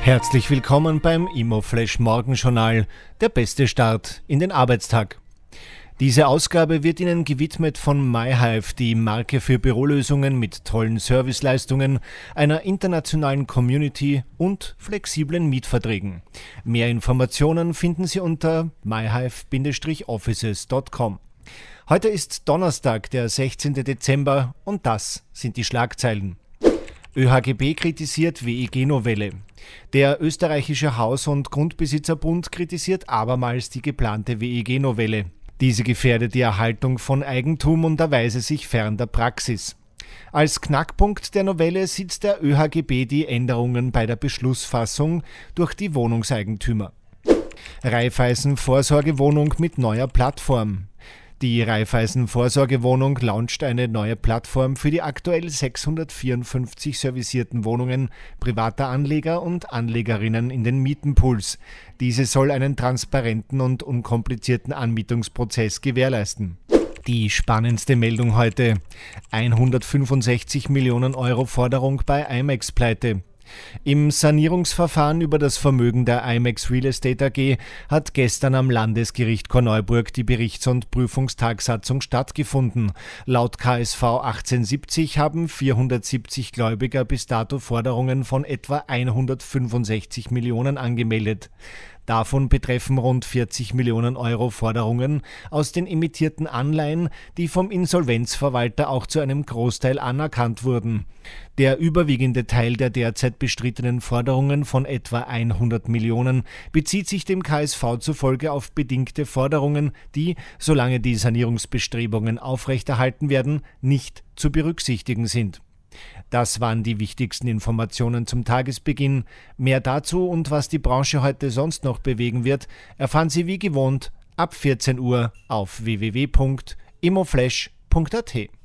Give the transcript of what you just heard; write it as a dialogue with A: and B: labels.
A: Herzlich willkommen beim Immoflash Morgenjournal, der beste Start in den Arbeitstag. Diese Ausgabe wird Ihnen gewidmet von MyHive, die Marke für Bürolösungen mit tollen Serviceleistungen, einer internationalen Community und flexiblen Mietverträgen. Mehr Informationen finden Sie unter myhive-offices.com. Heute ist Donnerstag, der 16. Dezember und das sind die Schlagzeilen. ÖHGB kritisiert WEG-Novelle. Der österreichische Haus- und Grundbesitzerbund kritisiert abermals die geplante WEG-Novelle. Diese gefährdet die Erhaltung von Eigentum und erweise sich fern der Praxis. Als Knackpunkt der Novelle sieht der ÖHGB die Änderungen bei der Beschlussfassung durch die Wohnungseigentümer. Raiffeisen Vorsorgewohnung mit neuer Plattform. Die Raiffeisen Vorsorgewohnung launcht eine neue Plattform für die aktuell 654 servicierten Wohnungen privater Anleger und Anlegerinnen in den Mietenpools. Diese soll einen transparenten und unkomplizierten Anmietungsprozess gewährleisten. Die spannendste Meldung heute: 165 Millionen Euro Forderung bei IMEX-Pleite. Im Sanierungsverfahren über das Vermögen der IMEX Real Estate AG hat gestern am Landesgericht Korneuburg die Berichts- und Prüfungstagsatzung stattgefunden. Laut KSV 1870 haben 470 Gläubiger bis dato Forderungen von etwa 165 Millionen angemeldet. Davon betreffen rund 40 Millionen Euro Forderungen aus den emittierten Anleihen, die vom Insolvenzverwalter auch zu einem Großteil anerkannt wurden. Der überwiegende Teil der derzeit bestrittenen Forderungen von etwa 100 Millionen bezieht sich dem KSV zufolge auf bedingte Forderungen, die, solange die Sanierungsbestrebungen aufrechterhalten werden, nicht zu berücksichtigen sind. Das waren die wichtigsten Informationen zum Tagesbeginn. Mehr dazu und was die Branche heute sonst noch bewegen wird, erfahren Sie wie gewohnt ab 14 Uhr auf www.immoflash.at.